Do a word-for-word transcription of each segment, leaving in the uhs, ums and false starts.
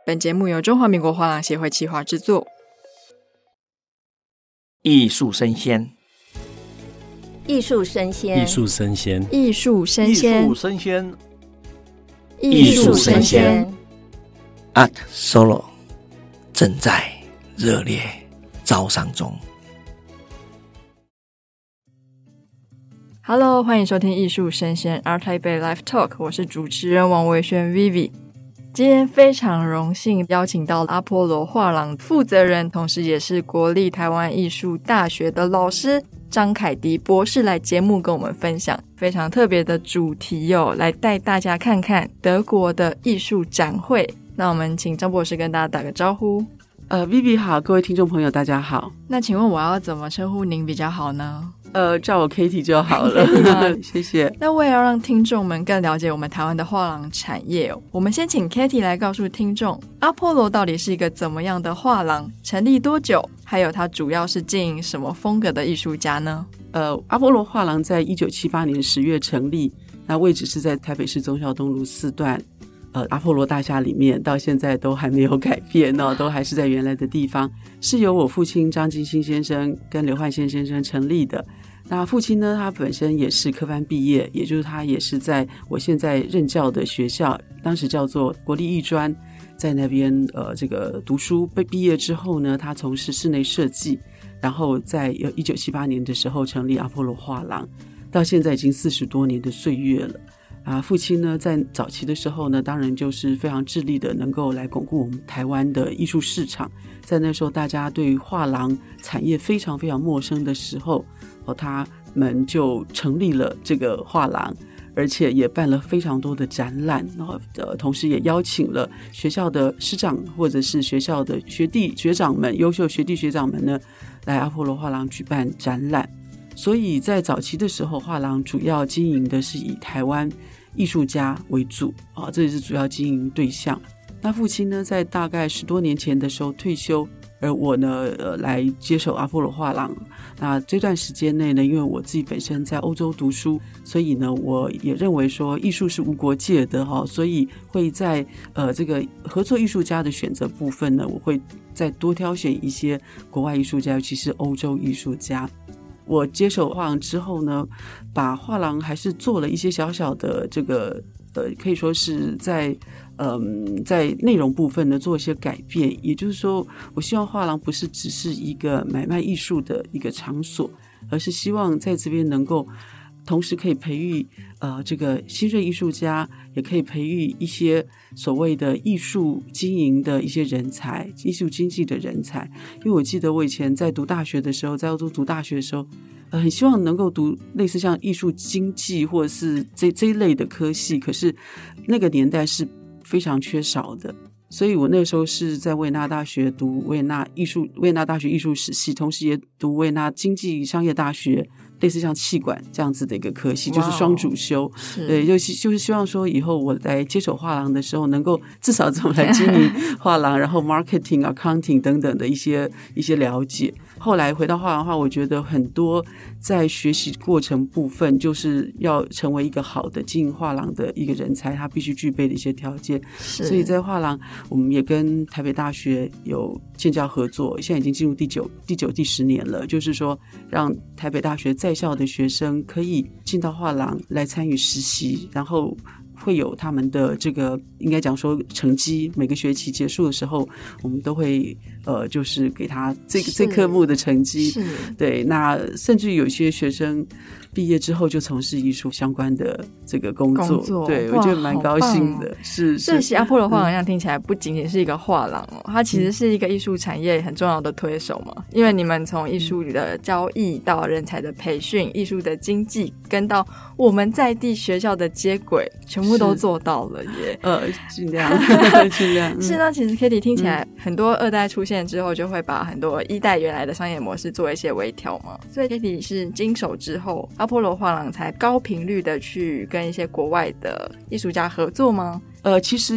本节目由中华民国画廊协会企划制作。 艺术生鲜， 艺术生鲜， 艺术生鲜， 艺术生鲜， 艺术生鲜， 艺术生鲜 Art Solo 正在热烈招商中。 Hello， 欢迎收听艺术生鲜 Art Taipei Live Talk， 我是主持人王维轩 Vivi。今天非常荣幸邀请到阿波罗画廊负责人，同时也是国立台湾艺术大学的老师张凯迪博士来节目跟我们分享非常特别的主题哦，来带大家看看德国的艺术展会。那我们请张博士跟大家打个招呼。 呃 Vivi 好，各位听众朋友大家好。 那请问我要怎么称呼您比较好呢？ 呃，叫我 Katie 就好了谢谢。 那为了让听众们更了解我们台湾的画廊产业，我们先请 Katie 来告诉听众，阿波罗到底是一个怎么样的画廊，成立多久，还有它主要是经营什么风格的艺术家呢？ 呃，阿波罗画廊在一九七八年十月成立，那位置是在台北市忠孝东路四段呃，阿波罗大厦里面，到现在都还没有改变哦，都还是在原来的地方，是由我父亲张金星先生跟刘焕宪先生成立的。那父亲呢，他本身也是科班毕业，也就是他也是在我现在任教的学校，当时叫做国立艺专，在那边呃这个读书，被毕业之后呢，他从事室内设计，然后在一九七八年的时候成立阿波罗画廊，到现在已经四十多年的岁月了。啊，父亲呢，在早期的时候呢，当然就是非常致力的，能够来巩固我们台湾的艺术市场。在那时候，大家对于画廊产业非常非常陌生的时候，哦，他们就成立了这个画廊，而且也办了非常多的展览，然后呃，同时也邀请了学校的师长或者是学校的学弟学长们，优秀学弟学长们呢，来阿波罗画廊举办展览。所以在早期的时候，画廊主要经营的是以台湾艺术家为主啊，这也是主要经营对象。那父亲呢，在大概十多年前的时候退休，而我呢，呃，来接手阿波罗画廊。那这段时间内呢，因为我自己本身在欧洲读书，所以呢，我也认为说艺术是无国界的哈，所以会在呃这个合作艺术家的选择部分呢，我会再多挑选一些国外艺术家，尤其是欧洲艺术家。我接手画廊之后呢，把画廊还是做了一些小小的这个呃，可以说是在嗯，在内容部分呢做一些改变。也就是说，我希望画廊不是只是一个买卖艺术的一个场所，而是希望在这边能够同时可以培育呃这个新锐艺术家，也可以培育一些所谓的艺术经营的一些人才，艺术经济的人才。因为我记得我以前在读大学的时候，在欧洲读大学的时候，呃，很希望能够读类似像艺术经济或者是这这一类的科系，可是那个年代是非常缺少的。所以我那时候是在维也纳大学读维也纳艺术维也纳大学艺术史系，同时也读维也纳经济商业大学，类似像企管这样子的一个科系，就是双主修。对，就是就是希望说以后我来接手画廊的时候，能够至少怎么来经营画廊，然后 marketing、accounting 等等的一些一些了解。后来回到画廊的话，我觉得很多在学习过程部分，就是要成为一个好的经营画廊的一个人才，他必须具备的一些条件。所以在画廊，我们也跟台北大学有建教合作，现在已经进入第九、第九、第十年了。就是说，让台北大学在校的学生可以进到画廊来参与实习，然后会有他们的这个应该讲说成绩，每个学期结束的时候，我们都会呃，就是给他这个这科目的成绩。对，那甚至有些学生毕业之后就从事艺术相关的这个工作，工作对，我觉得蛮高兴的。是是， 这阿波罗画廊像听起来不仅仅是一个画廊哦，它其实是一个艺术产业很重要的推手嘛。嗯、因为你们从艺术的交易到人才的培训、艺术的经济，跟到我们在地学校的接轨，全部都做到了耶。 呃，尽量尽量。 是呢，其实 Katie 听起来、嗯、很多二代出现之后，就会把很多一代原来的商业模式做一些微调嘛。所以 Katie 是经手之后，阿波罗画廊才高频率的去跟一些国外的艺术家合作吗？ 呃，其实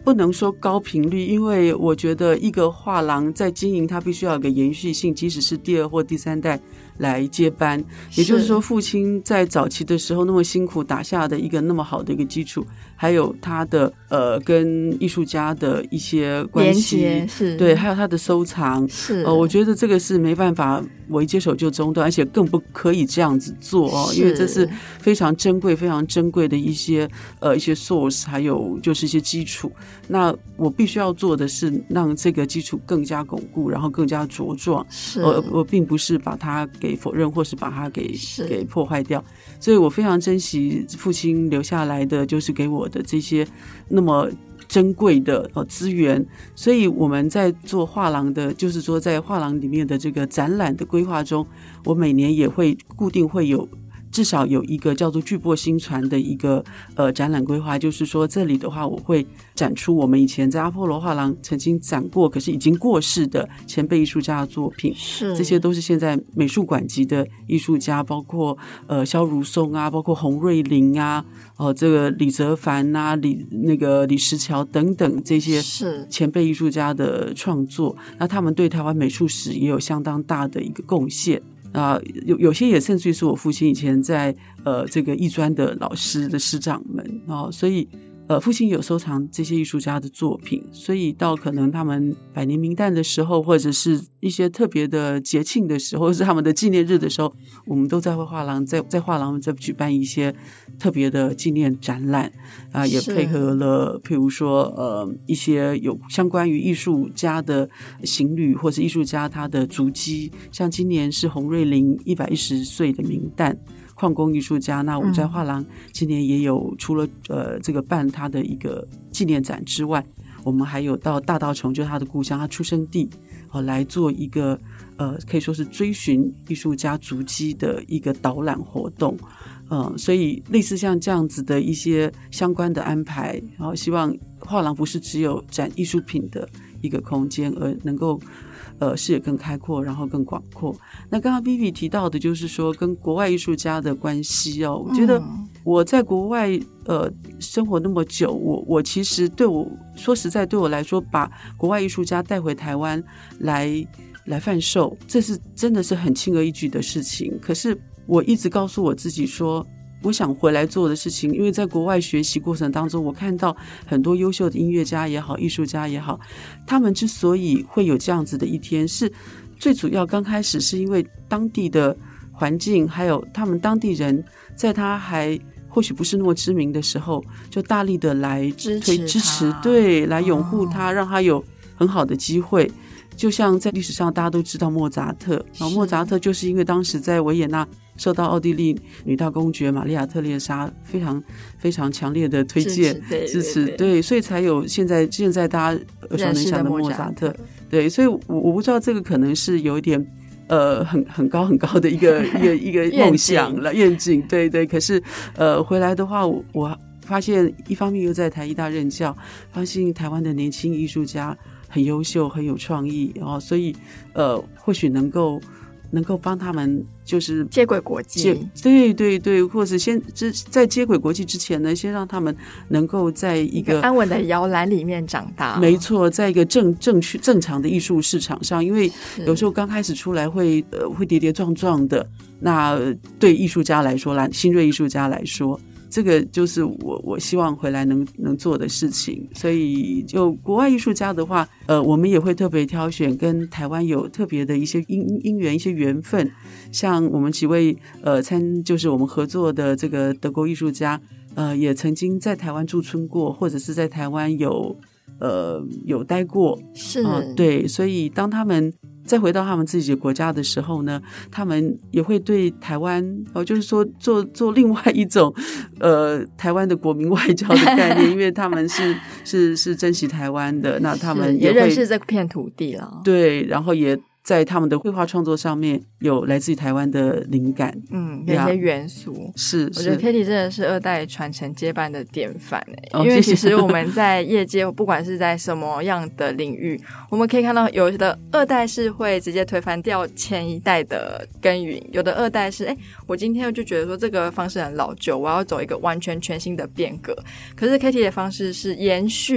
不能说高频率，因为我觉得一个画廊在经营它必须要有个延续性，即使是第二或第三代来接班，也就是说父亲在早期的时候那么辛苦打下的一个那么好的一个基础，还有他的呃跟艺术家的一些关系， 连结是对，还有他的收藏， 是呃，我觉得这个是没办法我一接手就中断，而且更不可以这样子做哦，因为这是非常珍贵非常珍贵的一些呃一些 source， 还有就是一些基础。那我必须要做的是让这个基础更加巩固，然后更加茁壮。 是， 我我并不是把它给否认，或是把它给给破坏掉。所以我非常珍惜父亲留下来的，就是给我的这些那么珍贵的呃资源。所以我们在做画廊的，就是说在画廊里面的这个展览的规划中，我每年也会固定会有。至少有一个叫做巨擘新传的一个呃展览规划，就是说这里的话我会展出我们以前在阿波罗画廊曾经展过可是已经过世的前辈艺术家的作品， 是这些都是现在美术馆级的艺术家，包括呃萧如松啊，包括洪瑞麟啊，哦、呃、这个李泽藩啊，李那个李石桥等等这些前辈艺术家的创作，那他们对台湾美术史也有相当大的一个贡献。啊、呃，有有些也甚至于是我父亲以前在呃这个艺专的老师的师长们啊、哦，所以呃父亲有收藏这些艺术家的作品，所以到可能他们百年冥诞的时候，或者是一些特别的节庆的时候，或者是他们的纪念日的时候，我们都在画廊在在画廊在举办一些特别的纪念展览啊、呃，也配合了譬如说呃一些有相关于艺术家的行旅或者艺术家他的足迹，像今年是洪瑞麟一百一十岁的冥诞，矿工艺术家，那我们在画廊今年也有除了呃这个办他的一个纪念展之外，我们还有到大稻埕，就是他的故乡，他出生地哦，来做一个呃可以说是追寻艺术家足迹的一个导览活动。嗯，所以类似像这样子的一些相关的安排，然后希望画廊不是只有展艺术品的一个空间，而能够呃视野更开阔，然后更广阔。那刚刚 Vivi 提到的就是说跟国外艺术家的关系哦，我觉得我在国外呃生活那么久，我我其实对我说实在对我来说，把国外艺术家带回台湾来来贩售，这是真的是很轻而易举的事情。可是我一直告诉我自己说，我想回来做的事情，因为在国外学习过程当中，我看到很多优秀的音乐家也好，艺术家也好，他们之所以会有这样子的一天，是最主要刚开始是因为当地的环境，还有他们当地人在他还或许不是那么知名的时候，就大力的来推支持支持，对，来拥护他，哦，让他有很好的机会。就像在历史上大家都知道莫扎特，然后莫扎特就是因为当时在维也纳受到奥地利女大公爵玛丽亚特蕾莎非常非常强烈的推荐支持，对，支持，对，对，所以才有现在现在大家耳熟能详的莫扎特。对，所以我我不知道这个可能是有一点呃很很高很高的一个一个一个梦想了愿景，对对。可是呃回来的话，我我发现一方面又在台艺大任教，发现台湾的年轻艺术家很优秀，很有创意，然后所以呃或许能够能够帮他们就是接轨国际， 对对对，或者先在接轨国际之前呢，先让他们能够在一个安稳的摇篮里面长大。 没错，在一个正正确正常的艺术市场上，因为有时候刚开始出来会呃会跌跌撞撞的，那对艺术家来说啦，新锐艺术家来说，这个就是我我希望回来能能做的事情。所以就国外艺术家的话，呃，我们也会特别挑选跟台湾有特别的一些因因缘、一些缘分。像我们几位呃参就是我们合作的这个德国艺术家，呃，也曾经在台湾驻村过，或者是在台湾有呃有待过， 是、 呃、对，所以当他们再回到他们自己的国家的时候呢，他们也会对台湾哦，就是说做做另外一种呃台湾的国民外交的概念，因为他们是是是珍惜台湾的，那他们也也认识这片土地了， 对，然后也在他们的绘画创作上面有来自于台湾的灵感， 嗯，有一些元素。 是， 我觉得 Katie 真的是二代传承接班的典范、欸哦、因为其实我们在业界不管是在什么样的领域，我们可以看到有的二代是会直接推翻掉前一代的耕耘，有的二代是哎，我今天就觉得说这个方式很老旧，我要走一个完全全新的变革。可是 Katie 的方式是延续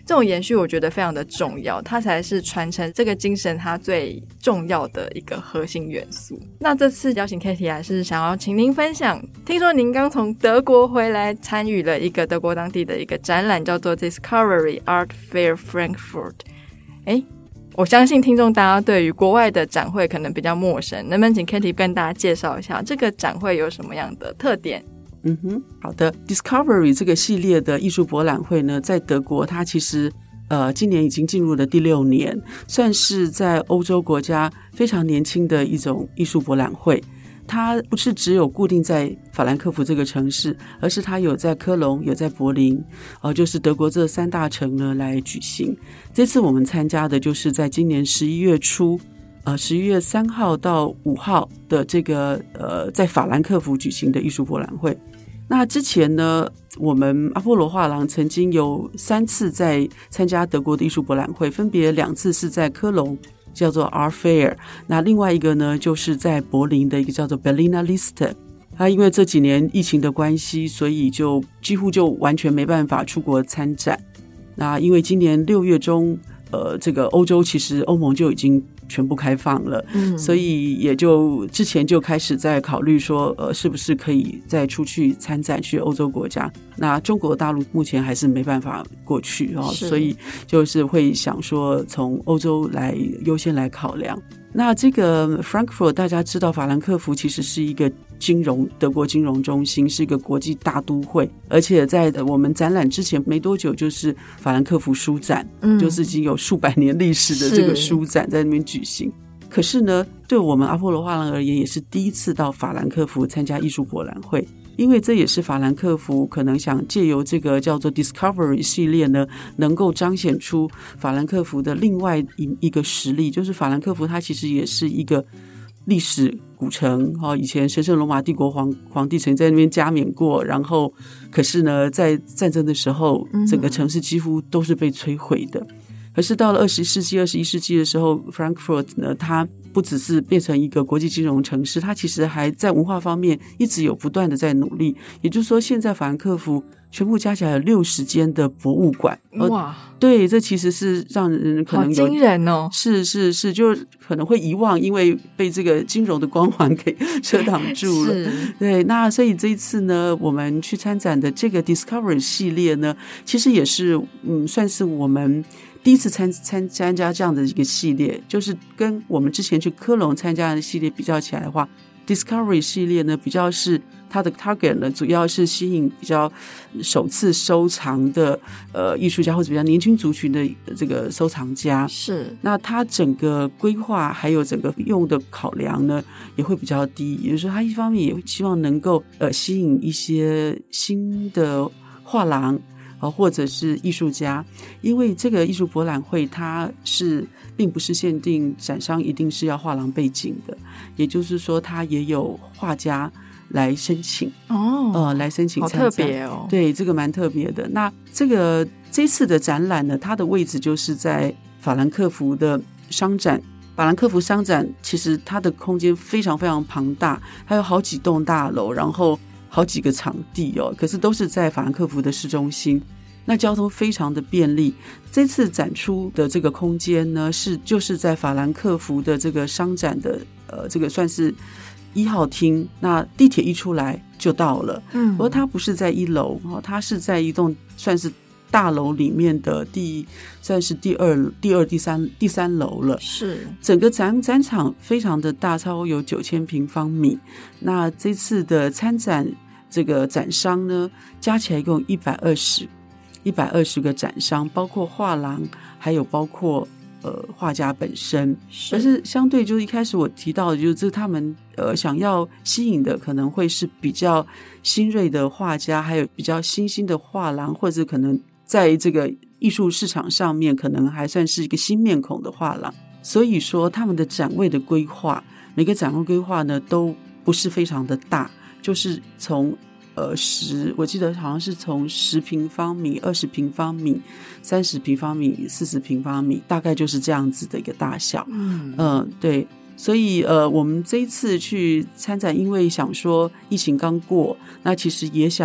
这种延续我觉得非常的重要，它才是传承这个精神它最重要的一个核心元素。那这次邀请 Katie 来是想要请您分享，听说您刚从德国回来参与了一个德国当地的一个展览，叫做 Discovery Art Fair Frankfurt。 诶我相信听众大家对于国外的展会可能比较陌生，能不能请 Katie 跟大家介绍一下这个展会有什么样的特点？ 嗯哼，好的。 Discovery 这个系列的艺术博览会呢，在德国它其实呃今年已经进入了第六年，算是在欧洲国家非常年轻的一种艺术博览会。它不是只有固定在法兰克福这个城市，而是它有在科隆，有在柏林，呃，就是德国这三大城呢来举行。这次我们参加的就是在今年十一月初，呃，十一月三号到五号的这个呃在法兰克福举行的艺术博览会。那之前呢，我们阿波罗画廊曾经有三次在参加德国的艺术博览会，分别两次是在科隆，叫做 Art Fair， 那另外一个呢就是在柏林的一个叫做 Berliner Liste。 它因为这几年疫情的关系，所以就几乎就完全没办法出国参展。那因为今年六月中呃，这个欧洲其实欧盟就已经全部开放了，嗯，所以也就之前就开始在考虑说呃，是不是可以再出去参展去欧洲国家。那中国大陆目前还是没办法过去哦，所以就是会想说从欧洲来优先来考量。那这个 Frankfurt 大家知道法兰克福其实是一个金融德国金融中心，是一个国际大都会，而且在我们展览之前没多久就是法兰克福书展，嗯，就是已经有数百年历史的这个书展在那边举行。可是呢，对我们阿波罗画廊而言也是第一次到法兰克福参加艺术博览会，因为这也是法兰克福可能想借由这个叫做 Discovery 系列呢，能够彰显出法兰克福的另外一个实力，就是法兰克福它其实也是一个历史古城，以前神圣罗马帝国 皇, 皇帝曾在那边加冕过，然后可是呢在战争的时候整个城市几乎都是被摧毁的。可是到了二十世纪二十一世纪的时候， Frankfurt 呢它不只是变成一个国际金融城市，它其实还在文化方面一直有不断的在努力。也就是说现在法兰克福全部加起来有六十间的博物馆。哇，对，这其实是让人可能有好惊人哦， 是是是，就可能会遗忘，因为被这个金融的光环给遮挡住了。对，那所以这一次呢，我们去参展的这个 Discovery 系列呢，其实也是嗯，算是我们第一次参参参加这样的一个系列，就是跟我们之前去科隆参加的系列比较起来的话， Discovery 系列呢比较是它的 target 呢主要是吸引比较首次收藏的呃艺术家或者比较年轻族群的这个收藏家。是，那它整个规划还有整个用的考量呢也会比较低，也就是说它一方面也会希望能够呃吸引一些新的画廊或者是艺术家，因为这个艺术博览会它是并不是限定展商一定是要画廊背景的，也就是说它也有画家来申请哦，呃，来申请参加，好特别哦。对，这个蛮特别的。那这个这次的展览呢，它的位置就是在法兰克福的商展。法兰克福商展其实它的空间非常非常庞大，它有好几栋大楼，然后好几个场地哦，可是都是在法兰克福的市中心，那交通非常的便利。这次展出的这个空间呢，是就是在法兰克福的这个商展的呃，这个算是一号厅，那地铁一出来就到了。嗯，不过它不是在一楼，它是在一栋算是大楼里面的第算是第二第二第三第三楼了。是，整个展展场非常的大，超过有九千平方米。那这次的参展这个展商呢，加起来一共一百二十一百二十个展商，包括画廊，还有包括呃画家本身。但是相对就是一开始我提到的，就是他们呃想要吸引的可能会是比较新锐的画家，还有比较新兴的画廊，或者可能在这个艺术市场上面可能还算是一个新面孔的画廊。所以说他们的展位的规划，每个展位规划呢都不是非常的大，就是从呃十，我记得好像是从十平方米、二十平方米、三十平方米、四十平方米，大概就是这样子的一个大小。嗯嗯、呃，对。所以呃，我们这一次去参展，因为想说疫情刚过，那其实也想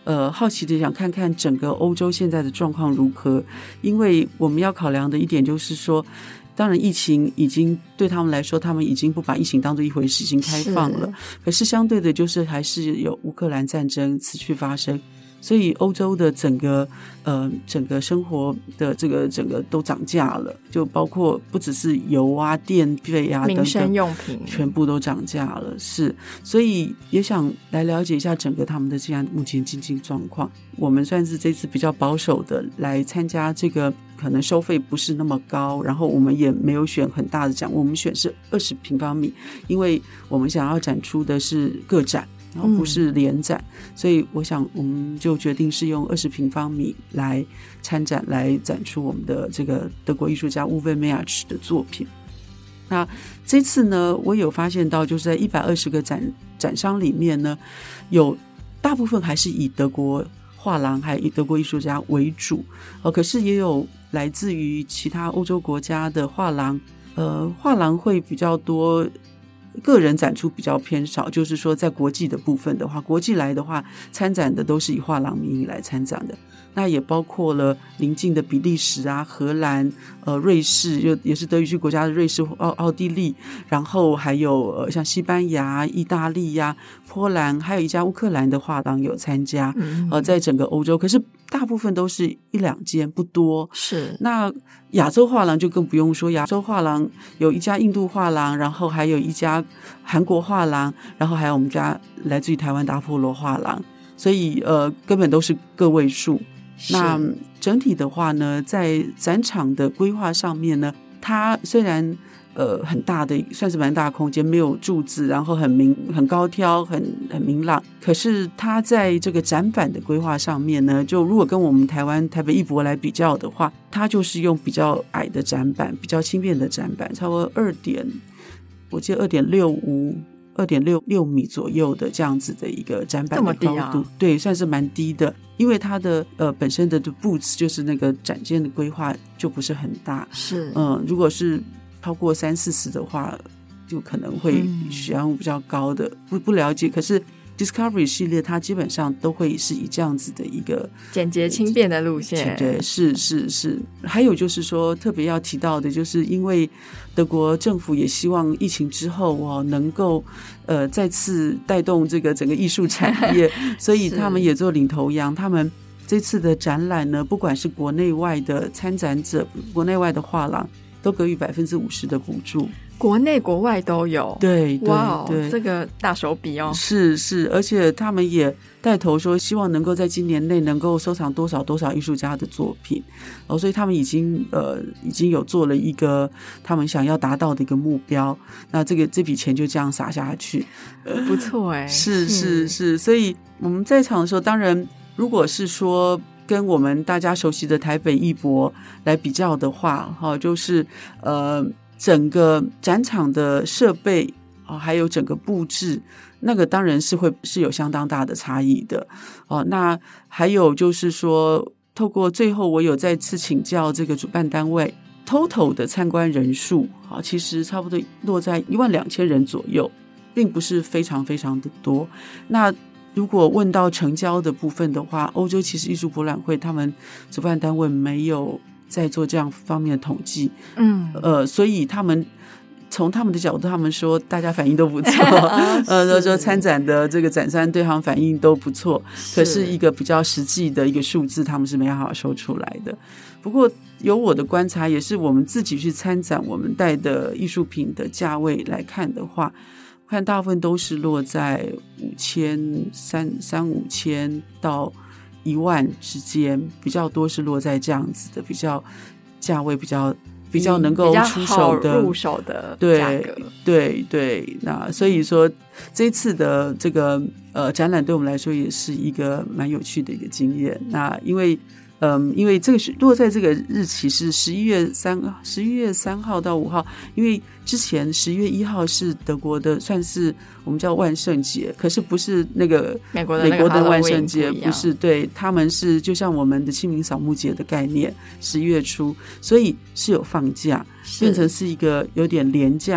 呃好奇的想看看整个欧洲现在的状况如何，因为我们要考量的一点就是说，当然疫情已经对他们来说，他们已经不把疫情当作一回事，已经开放了，可是相对的就是还是有乌克兰战争持续发生，所以欧洲的整个呃整个生活的这个整个都涨价了，就包括不只是油啊、电费啊等等， 民生用品全部都涨价了。是，所以也想来了解一下整个他们的这样目前经济状况。我们算是这次比较保守的来参加这个，可能收费不是那么高，然后我们也没有选很大的展，我们选是二十平方米，因为我们想要展出的是个展，然后不是联展，嗯，所以我想我们就决定是用二十平方米来参展，来展出我们的这个德国艺术家 Uwe Merch 的作品。那这次呢，我有发现到就是在一百二十个展展商里面呢，有大部分还是以德国画廊还有以德国艺术家为主，呃，可是也有来自于其他欧洲国家的画廊，呃，画廊会比较多，个人展出比较偏少，就是说在国际的部分的话，国际来的话参展的都是以画廊名义来参展的，那也包括了邻近的比利时啊、荷兰、呃、瑞士，就也是德语区国家的瑞士、奥奥地利，然后还有呃像西班牙、意大利呀、啊、波兰，还有一家乌克兰的画廊有参加，呃，在整个欧洲，可是大部分都是一两间，不多。是，那亚洲画廊就更不用说，亚洲画廊有一家印度画廊，然后还有一家韩国画廊，然后还有我们家来自于台湾的阿波罗画廊，所以呃，根本都是个位数。那整体的话呢，在展场的规划上面呢，它虽然呃很大的，算是蛮大的空间，没有柱子，然后很明很高挑，很很明朗，可是它在这个展板的规划上面呢，就如果跟我们台湾台北艺博来比较的话，它就是用比较矮的展板，比较轻便的展板，差不多二点我记得二点六五二点六六米左右的这样子的一个展板的高度，这么低啊？对，算是蛮低的，因为它的呃本身的 booth 就是那个展间的规划就不是很大，是嗯、呃，如果是超过三四十的话，就可能会需要比较高的，嗯、不不了解，可是。Discovery 系列它基本上都会是以这样子的一个简洁轻便的路线， 对，是是是。还有就是说特别要提到的，就是因为德国政府也希望疫情之后哦能够呃再次带动这个整个艺术产业，所以他们也做领头羊，他们这次的展览呢，不管是国内外的参展者，国内外的画廊都给予百分之五十的补助。 国内国外都有，对对哇对，这个大手笔哦， 是是，而且他们也带头说，希望能够在今年内能够收藏多少多少艺术家的作品，哦，所以他们已经呃已经有做了一个他们想要达到的一个目标，那这个这笔钱就这样撒下去， 不错哎， 是是是，所以我们在场的时候，当然如果是说跟我们大家熟悉的台北艺博来比较的话，哈、哦，就是呃。整个展场的设备啊、哦，还有整个布置，那个当然是会是有相当大的差异的哦。那还有就是说，透过最后我有再次请教这个主办单位 ，total 的参观人数啊、哦，其实差不多落在一万两千人左右，并不是非常非常的多。那如果问到成交的部分的话，欧洲其实艺术博览会他们主办单位没有在做这样方面的统计，嗯，呃，所以他们从他们的角度，他们说大家反应都不错，呃，说参展的这个展商对他们反应都不错，可是一个比较实际的一个数字，他们是没办法说出来的。不过由我的观察，也是我们自己去参展，我们带的艺术品的价位来看的话，看大部分都是落在五千三三五千到一万之间，比较多是落在这样子的比较价位比较比较能够出手的入手的价格， 对对对。那所以说这一次的这个呃展览对我们来说也是一个蛮有趣的一个经验。那因为嗯，因为这个是落在这个日期是十一月三十一月三号到五号，因为之前十月一号是德国的，算是我们叫万圣节，可是不是那个美国的美国的万圣节，不是，对，他们是就像我们的清明扫墓节的概念，十一月初，所以是有放假，变成是一个有点连假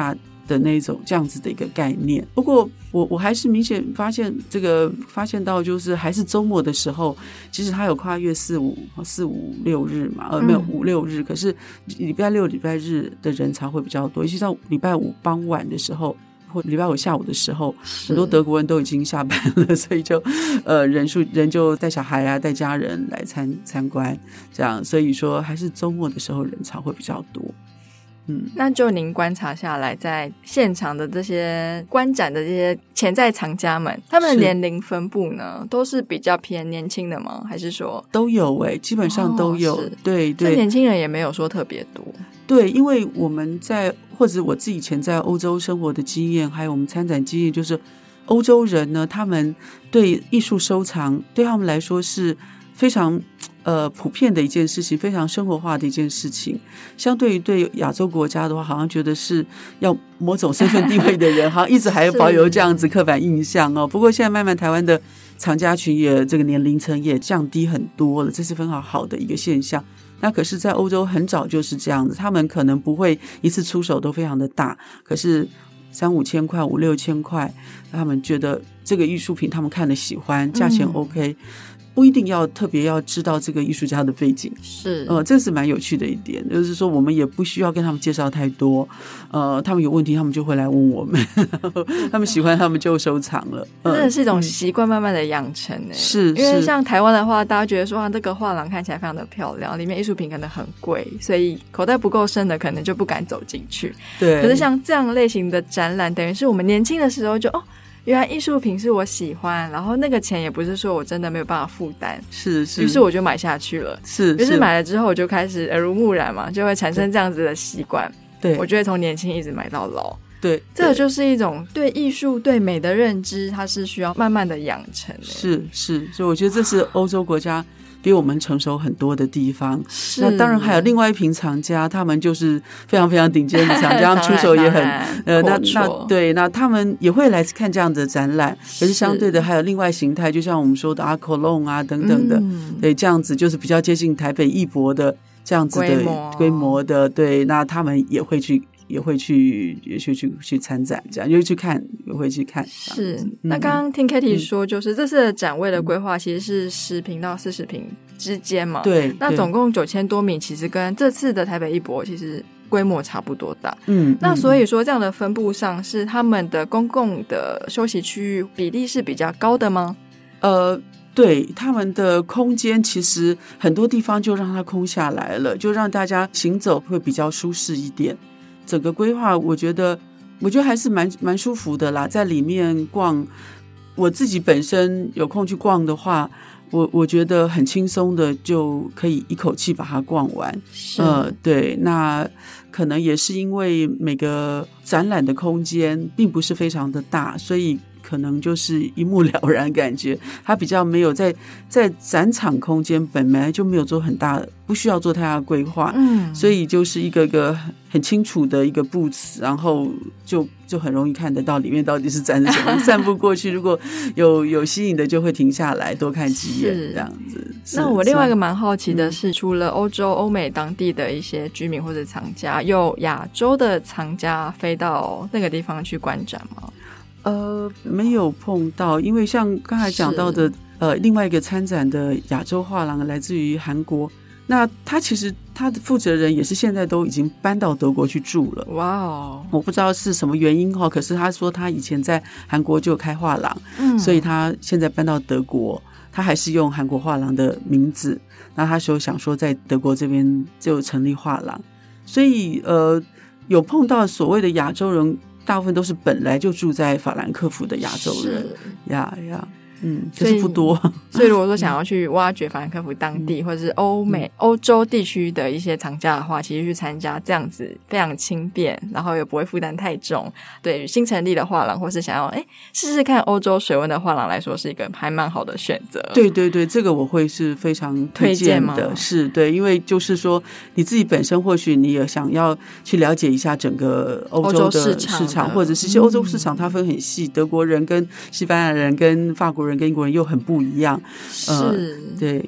的那种这样子的一个概念。不过我我还是明显发现这个发现到就是还是周末的时候，其实它有跨越四五四五六日嘛，呃没有五六日，可是礼拜六礼拜日的人潮会比较多，尤其到礼拜五傍晚的时候或礼拜五下午的时候，很多德国人都已经下班了，所以就呃人数人就带小孩啊带家人来参参观这样，所以说还是周末的时候人潮会比较多。嗯， 那就您观察下来，在现场的这些观展的这些潜在藏家们，他们的年龄分布呢，都是比较偏年轻的吗？还是说都有诶、欸、基本上都有。哦、对对， 年轻人也没有说特别多。 对，因为我们在或者我自己以前在欧洲生活的经验，还有我们参展经验，就是欧洲人呢，他们对艺术收藏对他们来说是非常呃普遍的一件事情，非常生活化的一件事情。相对于对亚洲国家的话，好像觉得是要某种身份地位的人，好像一直还保有这样子刻板印象哦。不过现在慢慢台湾的藏家群也这个年龄层也降低很多了，这是非常好的一个现象。那可是在欧洲很早就是这样子，他们可能不会一次出手都非常的大，可是三五千块五六千块，他们觉得这个艺术品他们看了喜欢，价钱 OK、嗯不一定要特别要知道这个艺术家的背景， 是呃，这是蛮有趣的一点，就是说我们也不需要跟他们介绍太多，呃，他们有问题他们就会来问我们，他们喜欢他们就收藏了， 真的是一种习惯慢慢的养成诶、欸， 是， 因为像台湾的话，大家觉得说啊，这个画廊看起来非常的漂亮，里面艺术品可能很贵，所以口袋不够深的可能就不敢走进去。 对， 可是像这样类型的展览，等于是我们年轻的时候就哦。原来艺术品是我喜欢，然后那个钱也不是说我真的没有办法负担， 是是， 于是我就买下去了， 是， 于是买了之后我就开始耳濡目染嘛，就会产生这样子的习惯。 对， 我就会从年轻一直买到老。 对， 这个就是一种对艺术对美的认知，它是需要慢慢的养成的。 是是，所以我觉得这是欧洲国家比我们成熟很多的地方。那当然还有另外一批藏家，他们就是非常非常顶尖的藏家，出手也很呃，那那对，那他们也会来看这样的展览。可是相对的还有另外形态，就像我们说的阿科隆啊等等的，嗯、对，这样子就是比较接近台北艺博的这样子的规模, 规模的，对，那他们也会去。也会去也去去去参展，这样也会去看，也会去看。 是，那刚刚听 Katie 说，就是这次的展位的规划其实是十坪到四十坪之间嘛。 对， 那总共九千多米，其实跟这次的台北艺博其实规模差不多大。 嗯， 那所以说这样的分布上，是他们的公共的休息区域比例是比较高的吗？ 呃。对，他们的空间其实很多地方就让它空下来了，就让大家行走会比较舒适一点。整个规划我觉得我觉得还是蛮蛮舒服的啦，在里面逛，我自己本身有空去逛的话，我我觉得很轻松的就可以一口气把它逛完。呃，对，那可能也是因为每个展览的空间并不是非常的大，所以可能就是一目了然，感觉它比较没有在在展场空间本来就没有做很大，不需要做太大的规划， 嗯， 所以就是一个个很清楚的一个布置，然后就就很容易看得到里面到底是展什么。散步过去，如果有有吸引的，就会停下来多看几眼，这样子。 那我另外一个蛮好奇的是，嗯、除了欧洲、欧美当地的一些居民或者藏家，有亚洲的藏家飞到那个地方去观展吗？ 呃，没有碰到，因为像刚才讲到的，呃，另外一个参展的亚洲画廊来自于韩国，那他其实他的负责人也是现在都已经搬到德国去住了。 哇哦， 我不知道是什么原因哈，可是他说他以前在韩国就有开画廊， 嗯， 所以他现在搬到德国，他还是用韩国画廊的名字。那他就想说在德国这边就成立画廊，所以呃，有碰到所谓的亚洲人。大部分都是本来就住在法兰克福的亚洲人呀呀，嗯，就是不多。 所以如果说想要去挖掘法兰克福当地、嗯、或者是欧美、欧洲地区的一些藏家的话，其实去参加这样子非常轻便，然后也不会负担太重。对新成立的画廊，或是想要哎试试看欧洲水温的画廊来说，是一个还蛮好的选择。 对对对，这个我会是非常推荐的，推是对，因为就是说你自己本身或许你也想要去了解一下整个欧洲的市 场, 市场或者是些欧洲市场它分很细、嗯、德国人跟西班牙人跟法国人跟英国人又很不一样， 是、 呃、对，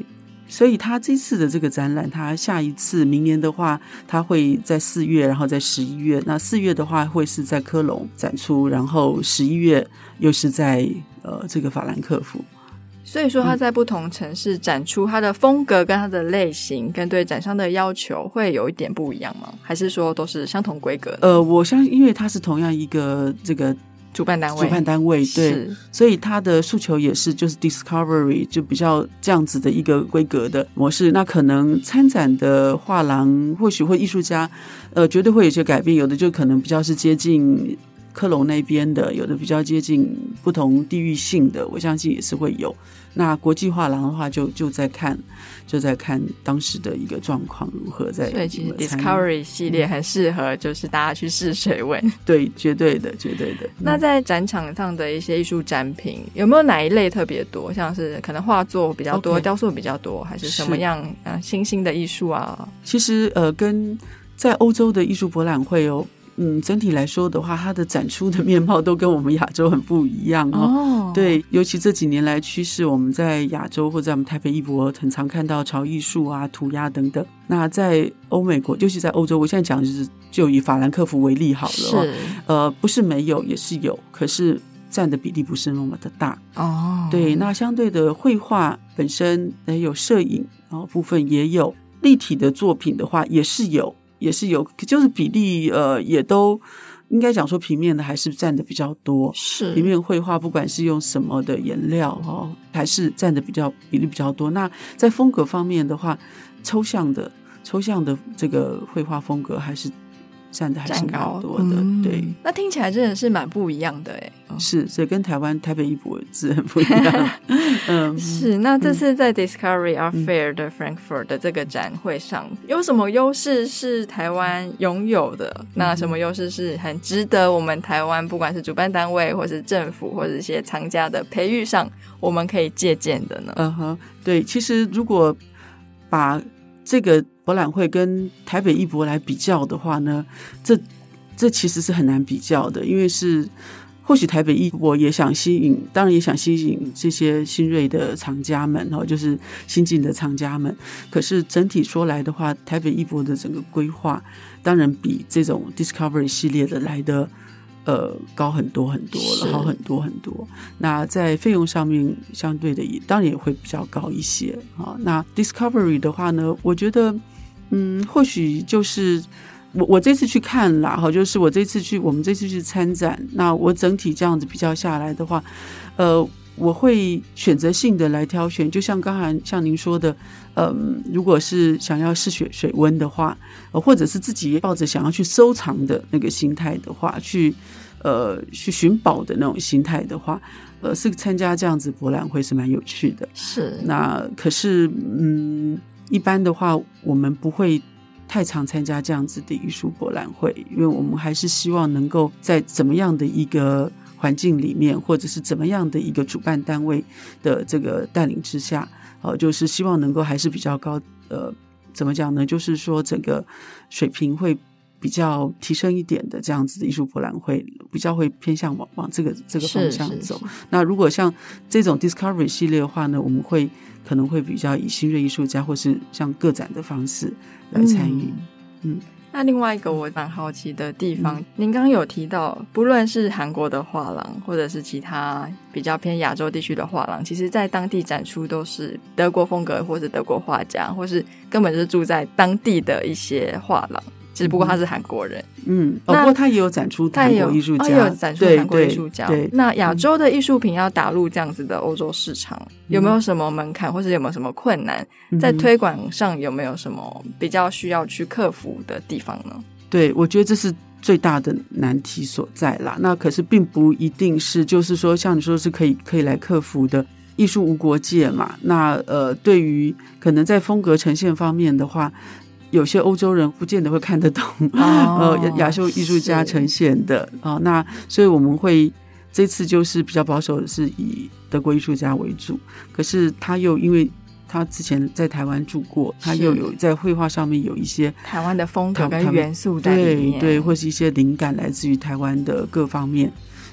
所以他这次的这个展览，他下一次明年的话，他会在四月，然后在十一月。那四月的话会是在科隆展出，然后十一月又是在呃这个法兰克福。 所以说他在不同城市展出，它的风格跟它的类型跟对展商的要求会有一点不一样吗？还是说都是相同规格的？ 呃，我相信因为它是同样一个这个主办单位， 主办单位对，所以它的诉求也是就是 discovery 就比较这样子的一个规格的模式。那可能参展的画廊或许会艺术家，呃，绝对会有些改变，有的就可能比较是接近科隆那边的，有的比较接近不同地域性的，我相信也是会有。那国际画廊的话就，就就在看，就在看当时的一个状况如何在。 所以其实 Discovery 系列很适合，就是大家去试水温。 对，绝对的，绝对的。 那在展场上的一些艺术展品，有没有哪一类特别多？像是可能画作比较多， okay, 雕塑比较多，还是什么样啊？新兴的艺术啊？ 其实呃，跟在欧洲的艺术博览会哦。嗯，整体来说的话，它的展出的面貌都跟我们亚洲很不一样哦。Oh. 对，尤其这几年来趋势，我们在亚洲或者我们台北艺博很常看到潮艺术啊、涂鸦等等。那在欧美国，尤其在欧洲，我现在讲就是就以法兰克福为例好了、哦。是，呃，不是没有，也是有，可是占的比例不是那么的大哦。Oh. 对，那相对的绘画本身也有摄影，然后部分也有立体的作品的话，也是有。也是有，就是比例呃，也都应该讲说平面的还是占的比较多。是平面绘画，不管是用什么的颜料哦，还是占的比较比例比较多。那在风格方面的话，抽象的抽象的这个绘画风格还是占的还是蛮多的、嗯。对， 那听起来真的是蛮不一样的哎。 是，所以跟台湾台北艺博是很不一样。 嗯，是。那这次在 Discovery Art Fair 的 Frankfurt 的这个展会上，嗯、有什么优势是台湾拥有的？嗯、那什么优势是很值得我们台湾不管是主办单位，或是政府，或者一些藏家的培育上，我们可以借鉴的呢？ 嗯哼，对。其实如果把这个博览会跟台北艺博来比较的话呢，这这其实是很难比较的，因为是。或许台北艺博也想吸引，当然也想吸引这些新锐的藏家们，就是新进的藏家们。可是整体说来的话，台北艺博的整个规划，当然比这种 Discovery 系列的来的呃高很多很多了，好很多很多。那在费用上面相对的也当然也会比较高一些啊。那 Discovery 的话呢，我觉得嗯，或许就是。我我这次去看啦，哈，就是我这次去，我们这次去参展，那我整体这样子比较下来的话，呃，我会选择性的来挑选，就像刚才像您说的，嗯，如果是想要试水水温的话，呃，或者是自己抱着想要去收藏的那个心态的话，去呃去寻宝的那种心态的话，呃，是参加这样子博览会是蛮有趣的。是，那可是嗯，一般的话，我们不会。太常参加这样子的艺术博览会，因为我们还是希望能够在怎么样的一个环境里面，或者是怎么样的一个主办单位的这个带领之下，呃，就是希望能够还是比较高，呃，怎么讲呢？就是说整个水平会比较提升一点的这样子的艺术博览会，比较会偏向往往这个这个方向走。那如果像这种 Discovery 系列的话呢，我们会可能会比较以新锐艺术家或是像个展的方式来参与。嗯，嗯那另外一个我蛮好奇的地方，嗯、您刚刚有提到，不论是韩国的画廊，或者是其他比较偏亚洲地区的画廊，其实在当地展出都是德国风格，或是德国画家，或是根本就是住在当地的一些画廊。只不过他是韩国人， 嗯，哦，不过他也有展出韩国艺术家， 他也有展出韩国艺术家。对，那亚洲的艺术品要打入这样子的欧洲市场，嗯、有没有什么门槛，或是有没有什么困难？嗯、在推广上有没有什么比较需要去克服的地方呢？ 对，我觉得这是最大的难题所在啦。那可是并不一定是，就是说像你说是可以可以来克服的。艺术无国界嘛，那呃，对于可能在风格呈现方面的话。有些欧洲人不见得会看得懂、哦、呃亚洲艺术家呈现的啊、呃，那所以我们会这次就是比较保守的是以德国艺术家为主，可是他又因为他之前在台湾住过，他又有在绘画上面有一些台湾的风格跟元素在里面， 对对，或是一些灵感来自于台湾的各方面，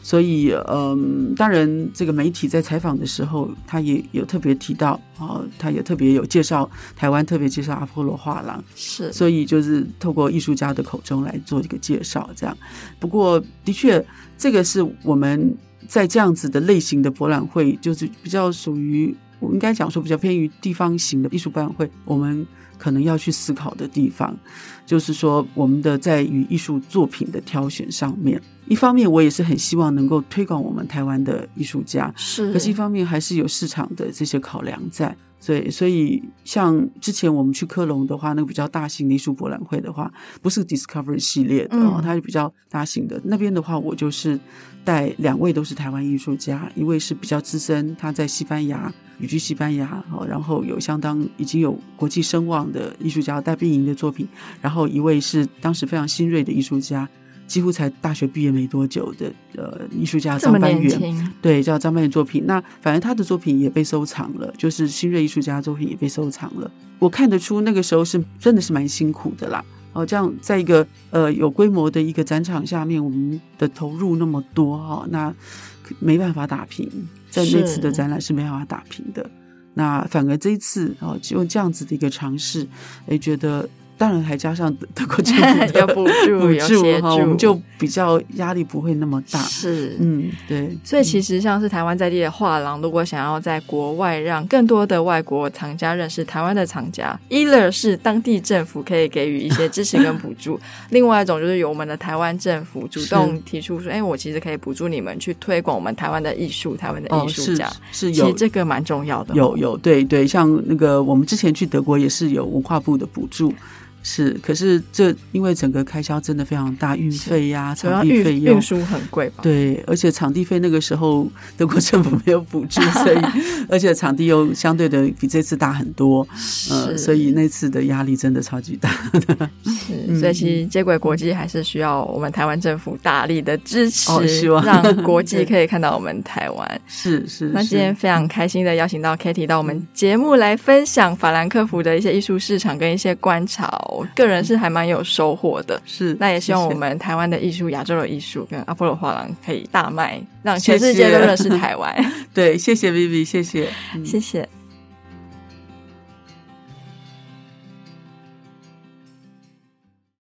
所以嗯，当然这个媒体在采访的时候他也有特别提到、哦、他也特别有介绍台湾，特别介绍阿波罗画廊， 是， 所以就是透过艺术家的口中来做一个介绍这样。不过的确这个是我们在这样子的类型的博览会，就是比较属于我应该讲说比较偏于地方型的艺术博览会，我们可能要去思考的地方，就是说我们的在于艺术作品的挑选上面，一方面我也是很希望能够推广我们台湾的艺术家， 是， 可是一方面还是有市场的这些考量在，所以所以像之前我们去科隆的话，那个比较大型的艺术博览会的话，不是 Discovery 系列的、嗯哦、它是比较大型的，那边的话我就是带两位都是台湾艺术家，一位是比较资深，他在西班牙旅居西班牙、哦、然后有相当已经有国际声望的艺术家戴碧莹的作品，然后一位是当时非常新锐的艺术家，几乎才大学毕业没多久的呃艺术家张班元，对，叫张班元作品。那反正他的作品也被收藏了，就是新锐艺术家的作品也被收藏了。我看得出那个时候是真的是蛮辛苦的啦。哦，这样在一个呃有规模的一个展场下面，我们的投入那么多哈、哦，那没办法打平，在那次的展览是没办法打平的。那反而这一次哦，用这样子的一个尝试，哎，觉得。当然还加上德国政府的有补助补有协助， 我们就比较压力不会那么大。 是， 嗯，对。 所以其实像是台湾在地的画廊，如果想要在国外让更多的外国藏家认识台湾的藏家，一类是当地政府可以给予一些支持跟补助，另外一种就是由我们的台湾政府主动提出说，哎，我其实可以补助你们去推广我们台湾的艺术，台湾的艺术家，哦、是, 是有，其实这个蛮重要的、哦。 有有，对对，像那个我们之前去德国也是有文化部的补助。是，可是这因为整个开销真的非常大，运费呀、啊、场地费用， 运输很贵吧？ 对，而且场地费那个时候德国政府没有补助，所以而且场地又相对的比这次大很多，呃，所以那次的压力真的超级大的。 是，所以其实接轨国际还是需要我们台湾政府大力的支持， 哦、希望让国际可以看到我们台湾。 是是。 那今天非常开心的邀请到 Katie 到我们节目来分享法兰克福的一些艺术市场跟一些观察。我个人是还蛮有收获的， 是， 那也希望我们台湾的艺术、亚洲的艺术跟阿波罗画廊可以大卖，让全世界都认识台湾。 对，谢谢 Vivi， 谢谢， 嗯、谢谢。